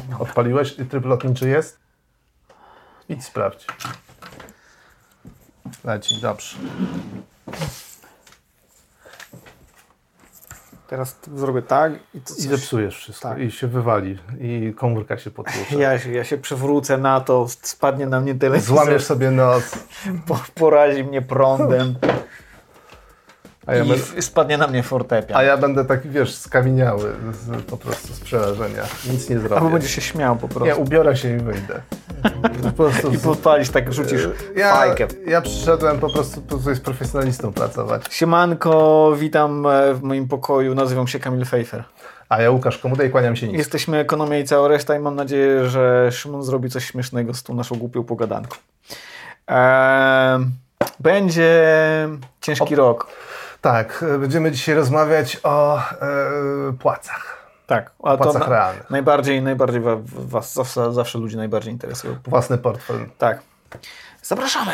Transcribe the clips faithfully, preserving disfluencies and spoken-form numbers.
Odpaliłeś? Tryb lotniczy jest? Idź sprawdź. Leci, dobrze. Teraz zrobię tak i, to coś... I zepsujesz wszystko. Tak. I się wywali. I komórka się potłucze. Ja, ja się przewrócę na to, spadnie na mnie telewizor. Złamiesz sobie nos. Po, porazi mnie prądem. A ja I będę... spadnie na mnie fortepian. A ja będę taki, wiesz, skamieniały z, po prostu z przerażenia. Nic nie zrobię. Albo będziesz się śmiał po prostu. Nie, ubiorę się i wyjdę. Po prostu I podpalisz, tak rzucisz ja, fajkę. Ja przyszedłem po prostu tutaj z profesjonalistą pracować. Siemanko, witam w moim pokoju, nazywam się Kamil Fejfer. A ja Łukasz Komuda i kłaniam się nisko. Jesteśmy Ekonomia i cała reszta i mam nadzieję, że Szymon zrobi coś śmiesznego z tą naszą głupią pogadanką. Eee, będzie ciężki o, rok. Tak, będziemy dzisiaj rozmawiać o e, płacach. Tak, a płacach to realnych. Najbardziej, najbardziej was zawsze, zawsze ludzi najbardziej interesują. Własny portfel. Tak. Zapraszamy!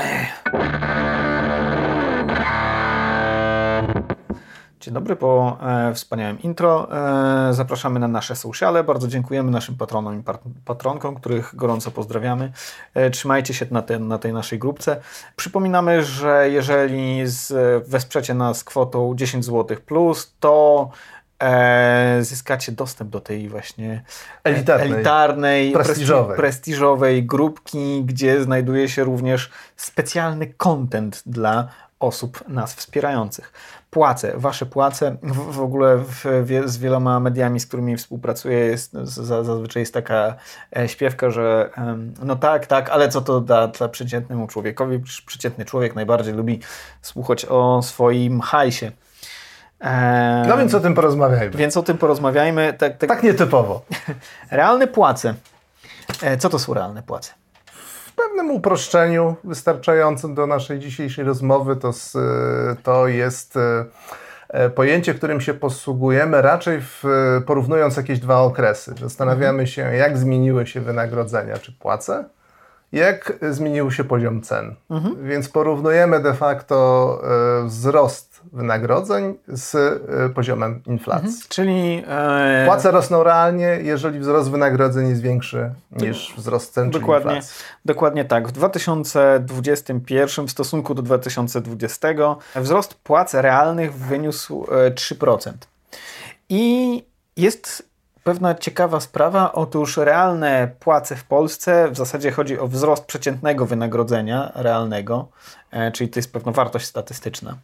Dzień dobry, po e, wspaniałym intro e, zapraszamy na nasze sociale. Bardzo dziękujemy naszym patronom i patronkom, których gorąco pozdrawiamy. E, trzymajcie się na, te, na tej naszej grupce. Przypominamy, że jeżeli z, wesprzecie nas kwotą dziesięć złotych plus, to e, zyskacie dostęp do tej właśnie elitarnej, elitarnej prestiżowej. prestiżowej grupki, gdzie znajduje się również specjalny content dla osób nas wspierających. Płace, wasze płace, w, w ogóle w, w, z wieloma mediami, z którymi współpracuję, jest, z, zazwyczaj jest taka e, śpiewka, że e, no tak, tak, ale co to da dla przeciętnemu człowiekowi? Przeciętny człowiek najbardziej lubi słuchać o swoim hajsie. E, no więc o tym porozmawiajmy. Więc o tym porozmawiajmy. Tak, tak, tak nietypowo. Realne płace. E, co to są realne płace? W pewnym uproszczeniu wystarczającym do naszej dzisiejszej rozmowy to, to jest pojęcie, którym się posługujemy raczej w, porównując jakieś dwa okresy. Zastanawiamy się, jak zmieniły się wynagrodzenia czy płace, jak zmienił się poziom cen. Mhm. Więc porównujemy de facto wzrost wynagrodzeń z poziomem inflacji. Mhm. Czyli e... płace rosną realnie, jeżeli wzrost wynagrodzeń jest większy niż wzrost cen, dokładnie, czyli inflacji. Dokładnie tak. W dwa tysiące dwudziestym pierwszym w stosunku do dwa tysiące dwudziestego wzrost płac realnych wyniósł trzy procent. I jest pewna ciekawa sprawa. Otóż realne płace w Polsce, w zasadzie chodzi o wzrost przeciętnego wynagrodzenia realnego, e, czyli to jest pewna wartość statystyczna.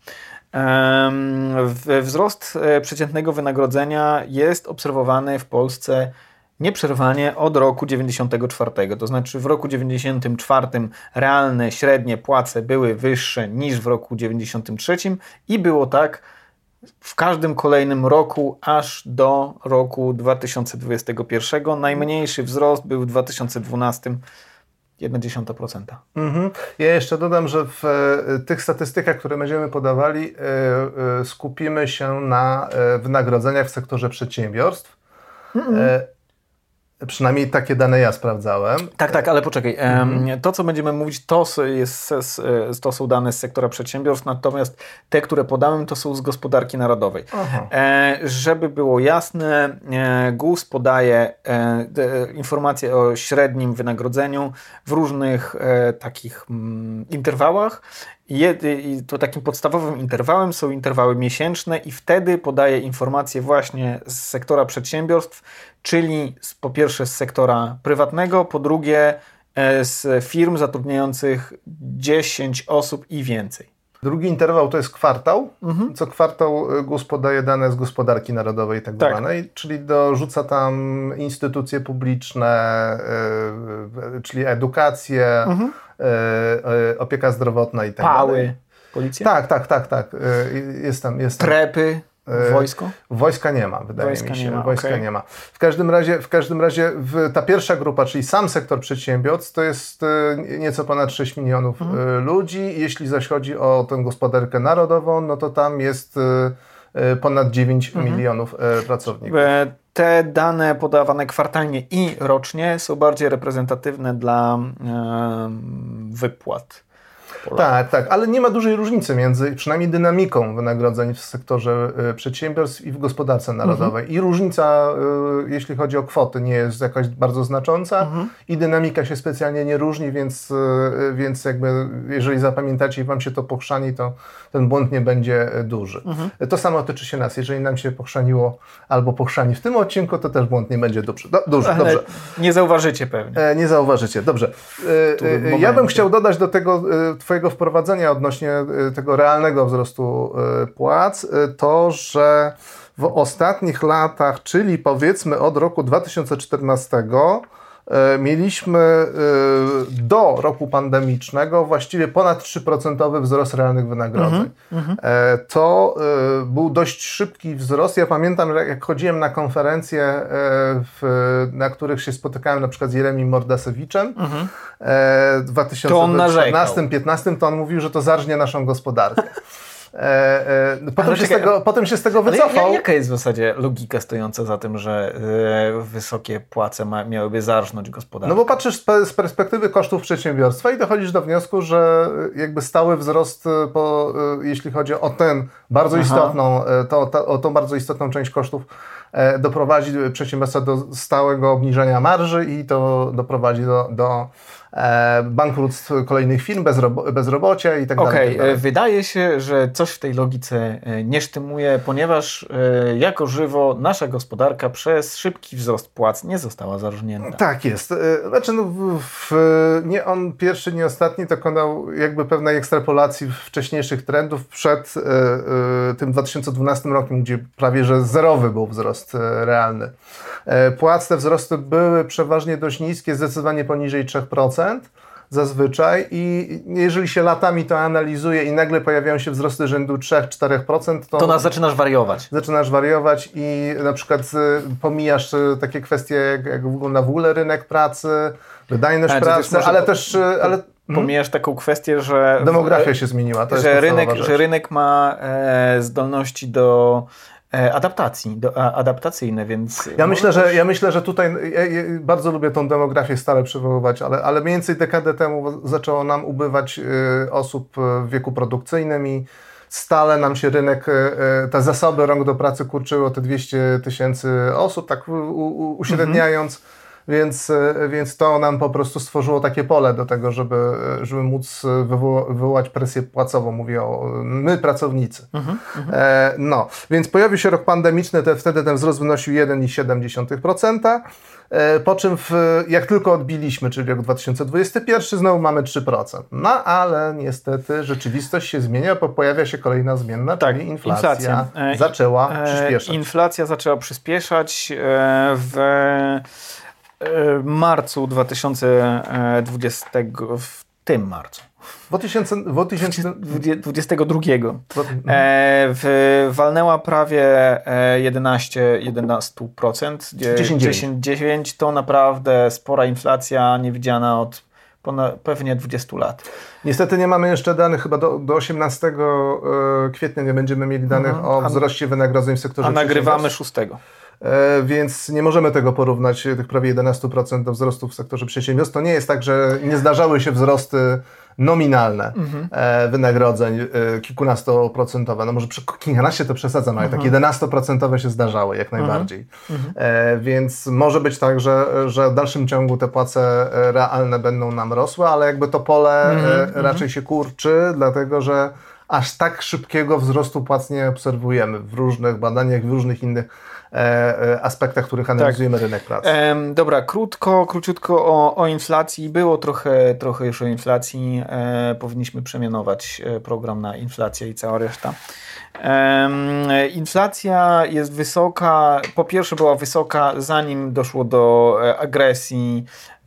Wzrost przeciętnego wynagrodzenia jest obserwowany w Polsce nieprzerwanie od roku dziewięćdziesiątego czwartego. To znaczy w roku dziewięćdziesiątym czwartym realne, średnie płace były wyższe niż w roku dziewięćdziesiątym trzecim i było tak w każdym kolejnym roku aż do roku dwa tysiące dwudziestego pierwszego. Najmniejszy wzrost był w dwa tysiące dwunastym. jedna dziesiąta procent. Mhm. Ja jeszcze dodam, że w e, tych statystykach, które będziemy podawali, e, e, skupimy się na e, wynagrodzeniach w sektorze przedsiębiorstw. Mhm. E, przynajmniej takie dane ja sprawdzałem. Tak, tak, ale poczekaj. Mhm. To, co będziemy mówić, to, jest, to są dane z sektora przedsiębiorstw, natomiast te, które podałem, to są z gospodarki narodowej. E, żeby było jasne, e, GUS podaje e, de, informacje o średnim wynagrodzeniu w różnych e, takich m, interwałach. I to takim podstawowym interwałem są interwały miesięczne i wtedy podaje informacje właśnie z sektora przedsiębiorstw, czyli z, po pierwsze z sektora prywatnego, po drugie z firm zatrudniających dziesięć osób i więcej. Drugi interwał to jest kwartał. Mhm. Co kwartał GUS podaje dane z gospodarki narodowej tak, tak zwanej, czyli dorzuca tam instytucje publiczne, yy, czyli edukację, mhm. yy, opieka zdrowotna i tak dalej. Pały, policja? Tak, tak, tak, tak. Yy, jest tam, jest tam. Trepy. Wojsko? Wojska nie ma, wydaje Wojska mi się. Nie ma, Wojska okay. nie ma. W każdym razie, w każdym razie w, ta pierwsza grupa, czyli sam sektor przedsiębiorstw, to jest y, nieco ponad sześć milionów mhm. y, ludzi. Jeśli zaś chodzi o tę gospodarkę narodową, no to tam jest y, y, ponad dziewięć mhm. milionów y, pracowników. E, te dane podawane kwartalnie i rocznie są bardziej reprezentatywne dla y, wypłat. po latach. Tak, tak, ale nie ma dużej różnicy między przynajmniej dynamiką wynagrodzeń w sektorze y, przedsiębiorstw i w gospodarce narodowej. Mhm. I różnica, y, jeśli chodzi o kwoty, nie jest jakaś bardzo znacząca mhm. i dynamika się specjalnie nie różni, więc, y, więc jakby jeżeli zapamiętacie i wam się to pochrzani, to ten błąd nie będzie duży. Mhm. To samo tyczy się nas. Jeżeli nam się pochrzaniło albo pochrzani w tym odcinku, to też błąd nie będzie duży. Do, duży ale dobrze. Nie zauważycie pewnie. E, nie zauważycie, dobrze. E, ja bym chciał dodać do tego e, twojego wprowadzenia odnośnie e, tego realnego wzrostu e, płac, e, to, że w ostatnich latach, czyli powiedzmy od roku dwa tysiące czternastego, mieliśmy do roku pandemicznego właściwie ponad trzy procent wzrost realnych wynagrodzeń. Mm-hmm. To był dość szybki wzrost. Ja pamiętam, że jak chodziłem na konferencje, w, na których się spotykałem na przykład z Jeremim Mordasewiczem mm-hmm. w dwa tysiące czternastym piętnastym, to on mówił, że to zarżnie naszą gospodarkę. E, e, potem, się czekaj, tego, potem się z tego wycofał. Ale jaka jest w zasadzie logika stojąca za tym, że e, wysokie płace ma, miałyby zarżnąć gospodarkę? No bo patrzysz z perspektywy kosztów przedsiębiorstwa i dochodzisz do wniosku, że jakby stały wzrost, po, jeśli chodzi o ten bardzo Aha. istotną, to, to, o tą bardzo istotną część kosztów, doprowadzi przedsiębiorstwa do stałego obniżenia marży i to doprowadzi do, do bankructw kolejnych firm, bezrobo- bezrobocia i tak dalej. Okej, wydaje się, że coś w tej logice nie sztymuje, ponieważ jako żywo nasza gospodarka przez szybki wzrost płac nie została zarżnięta. Tak jest. Znaczy, no, w, w, nie on pierwszy, nie ostatni dokonał jakby pewnej ekstrapolacji wcześniejszych trendów przed y, y, tym dwa tysiące dwunastym rokiem, gdzie prawie że zerowy był wzrost y, realny. Y, płac te wzrosty były przeważnie dość niskie, zdecydowanie poniżej trzy procent. Zazwyczaj i jeżeli się latami to analizuje i nagle pojawiają się wzrosty rzędu trzy do czterech procent, to, to nas zaczynasz wariować. Zaczynasz wariować i na przykład pomijasz takie kwestie, jak, jak wygląda w ogóle rynek pracy, wydajność ale pracy, też ale też... Ale, pomijasz taką kwestię, że... Demografia się zmieniła. To że, jest rynek, że rynek ma e, zdolności do... adaptacji, do, adaptacyjne, więc... Ja myślę, że, ja myślę, że tutaj ja, ja bardzo lubię tą demografię stale przywoływać, ale, ale mniej więcej dekadę temu zaczęło nam ubywać y, osób w wieku produkcyjnym i stale nam się rynek, y, te zasoby rąk do pracy kurczyły o te dwieście tysięcy osób, tak u, u, uśredniając. Mhm. Więc, więc to nam po prostu stworzyło takie pole do tego, żeby, żeby móc wywoła, wywołać presję płacową, mówię o my, pracownicy. Uh-huh, uh-huh. E, no, więc pojawił się rok pandemiczny, te, wtedy ten wzrost wynosił jeden przecinek siedem procent, e, po czym w, jak tylko odbiliśmy, czyli rok dwa tysiące dwudziesty pierwszy, znowu mamy trzy procent. No ale niestety rzeczywistość się zmienia, bo pojawia się kolejna zmienna, tak, czyli inflacja, inflacja. zaczęła e, przyspieszać. Inflacja zaczęła przyspieszać e, w... W marcu dwa tysiące dwudziestego, w tym marcu. dwudziestego drugiego. E, w, walnęła prawie jedenaście procent. dziesięć przecinek dziewięć to naprawdę spora inflacja, niewidziana od ponad, pewnie dwudziestu lat. Niestety nie mamy jeszcze danych, chyba do, do osiemnastego kwietnia nie będziemy mieli danych mhm. o wzroście wynagrodzeń w sektorze. A nagrywamy szóstego. E, więc nie możemy tego porównać, tych prawie jedenaście procent do wzrostu w sektorze przedsiębiorstw. To nie jest tak, że nie zdarzały się wzrosty nominalne mhm. e, wynagrodzeń e, kilkunastoprocentowe. No może kilkanaście to przesadzam, ale mhm. tak jedenastoprocentowe się zdarzały jak najbardziej. Mhm. E, więc może być tak, że, że w dalszym ciągu te płace realne będą nam rosły, ale jakby to pole mhm. e, raczej się kurczy, dlatego że aż tak szybkiego wzrostu płac nie obserwujemy w różnych badaniach, w różnych innych aspektach, których analizujemy tak. rynek pracy. Ehm, dobra, krótko, króciutko o, o inflacji. Było trochę, trochę już o inflacji. E, powinniśmy przemianować program na inflację i cała reszta. Ehm, inflacja jest wysoka. Po pierwsze była wysoka, zanim doszło do agresji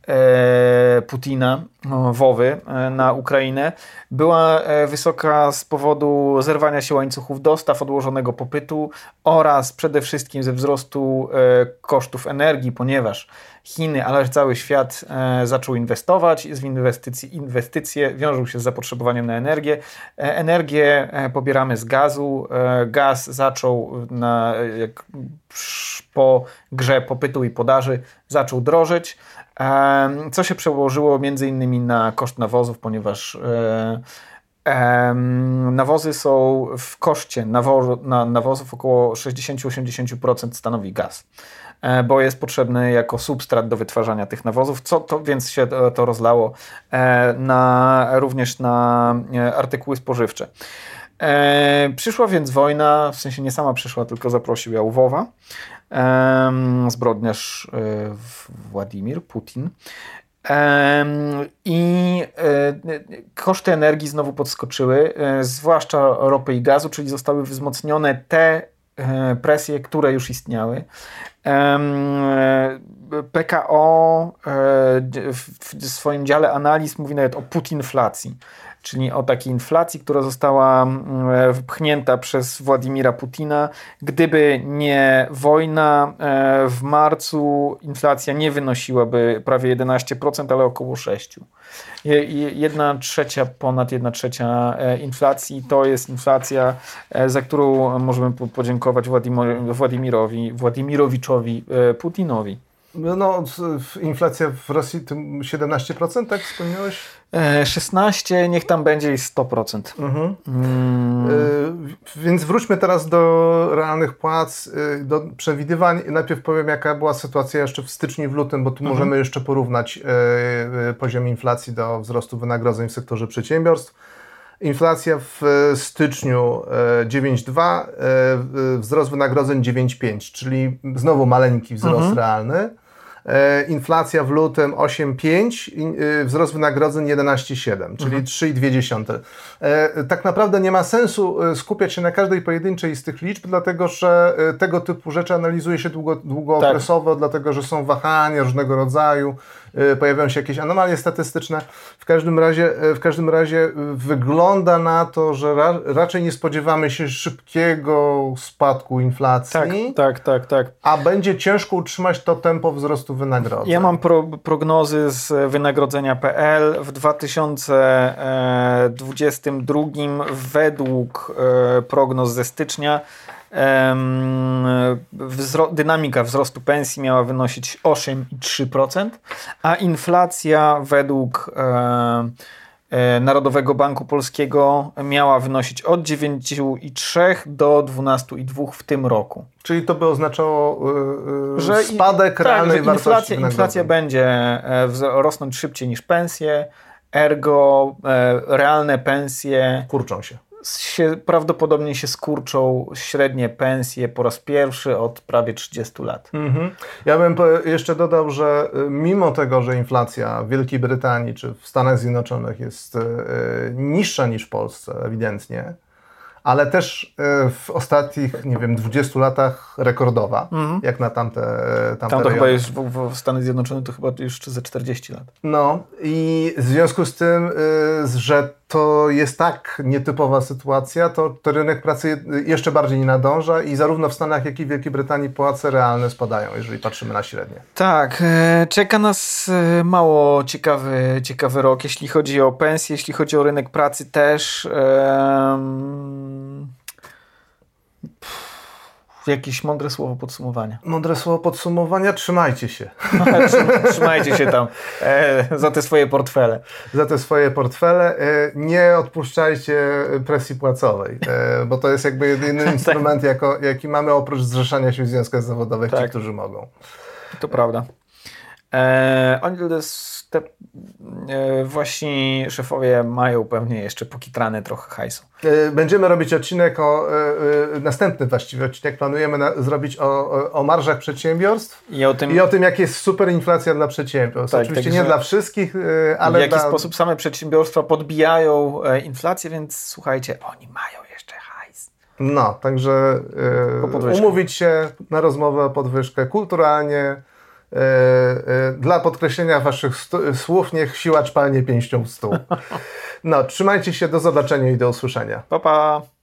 Putina, Wowy na Ukrainę. Była wysoka z powodu zerwania się łańcuchów dostaw, odłożonego popytu oraz przede wszystkim ze wzrostu kosztów energii, ponieważ Chiny, ale cały świat zaczął inwestować. Z inwestycji, inwestycje wiążą się z zapotrzebowaniem na energię. Energię pobieramy z gazu. Gaz zaczął na, jak po grze popytu i podaży zaczął drożeć, co się przełożyło między innymi na koszt nawozów, ponieważ nawozy są w koszcie nawo- na nawozów około sześćdziesiąt do osiemdziesięciu procent stanowi gaz, bo jest potrzebny jako substrat do wytwarzania tych nawozów, co to, więc się to, to rozlało na, również na artykuły spożywcze. E, przyszła więc wojna, w sensie nie sama przyszła, tylko zaprosił ją Wowa, e, zbrodniarz e, Władimir Putin. E, I e, koszty energii znowu podskoczyły, e, zwłaszcza ropy i gazu, czyli zostały wzmocnione te e, presje, które już istniały. E, P K O e, w swoim dziale analiz mówi nawet o putinflacji, czyli o takiej inflacji, która została wpchnięta przez Władimira Putina. Gdyby nie wojna, w marcu inflacja nie wynosiłaby prawie jedenaście procent, ale około sześć procent. Jedna trzecia, ponad jedna trzecia inflacji to jest inflacja, za którą możemy podziękować Władimirowi, Władimirowiczowi Putinowi. No, inflacja w Rosji tym siedemnaście procent, tak wspomniałeś? szesnaście, niech tam będzie i sto procent. Mhm. Mm. Y, więc wróćmy teraz do realnych płac, y, do przewidywań. Najpierw powiem, jaka była sytuacja jeszcze w styczniu i w lutym, bo tu mhm. możemy jeszcze porównać y, y, poziom inflacji do wzrostu wynagrodzeń w sektorze przedsiębiorstw. Inflacja w styczniu dziewięć przecinek dwa, wzrost wynagrodzeń dziewięć przecinek pięć, czyli znowu maleńki wzrost mhm. realny. Inflacja w lutym osiem przecinek pięć, wzrost wynagrodzeń jedenaście przecinek siedem, czyli mhm. trzy przecinek dwa. Tak naprawdę nie ma sensu skupiać się na każdej pojedynczej z tych liczb, dlatego że tego typu rzeczy analizuje się długo, długookresowo, tak. dlatego że są wahania różnego rodzaju, pojawiają się jakieś anomalie statystyczne. W każdym razie, w każdym razie wygląda na to, że ra, raczej nie spodziewamy się szybkiego spadku inflacji, tak, tak, tak, tak. a będzie ciężko utrzymać to tempo wzrostu wynagrodzeń. Ja mam pro, prognozy z wynagrodzenia kropka p l w dwa tysiące dwudziestym drugim według prognoz ze stycznia Wzro- dynamika wzrostu pensji miała wynosić osiem przecinek trzy procent, a inflacja według e, e, Narodowego Banku Polskiego miała wynosić od dziewięć przecinek trzy do dwanaście przecinek dwa w tym roku. Czyli to by oznaczało yy, że spadek tak, realnej że wartości inflacja, inflacja będzie e, wz- rosnąć szybciej niż pensje, ergo e, realne pensje kurczą się. się, prawdopodobnie się skurczą średnie pensje po raz pierwszy od prawie trzydziestu lat. Mhm. Ja bym jeszcze dodał, że mimo tego, że inflacja w Wielkiej Brytanii czy w Stanach Zjednoczonych jest niższa niż w Polsce ewidentnie, ale też w ostatnich, nie wiem, dwudziestu latach rekordowa, mhm. jak na tamte, tamte Tam to chyba jest w, w Stanach Zjednoczonych to chyba jeszcze ze czterdzieści lat. No i w związku z tym, że to jest tak nietypowa sytuacja, to, to rynek pracy jeszcze bardziej nie nadąża i zarówno w Stanach, jak i w Wielkiej Brytanii płace realne spadają, jeżeli patrzymy na średnie. Tak, czeka nas mało ciekawy, ciekawy rok, jeśli chodzi o pensje, jeśli chodzi o rynek pracy też. Um... Jakieś mądre słowo podsumowania. Mądre słowo podsumowania? Trzymajcie się. Trzymajcie się tam e, za te swoje portfele. Za te swoje portfele. E, nie odpuszczajcie presji płacowej, e, bo to jest jakby jedyny instrument, jako, jaki mamy oprócz zrzeszania się w związkach zawodowych, tak. Ci, którzy mogą. To prawda. E, oni te e, właśnie szefowie mają pewnie jeszcze pokitrane trochę hajsu. Będziemy robić odcinek o, e, następny właściwie odcinek planujemy na, zrobić o, o, o marżach przedsiębiorstw i o, tym, i o tym, jak jest super inflacja dla przedsiębiorstw. Tak, Oczywiście tak, nie dla wszystkich, ale w jaki dla... sposób same przedsiębiorstwa podbijają inflację, więc słuchajcie, oni mają jeszcze hajs. No, także e, umówić się na rozmowę o podwyżkę kulturalnie. Dla podkreślenia waszych stu- słów niech siłacz palnie pięścią w stół. No, trzymajcie się, do zobaczenia i do usłyszenia. Pa, pa.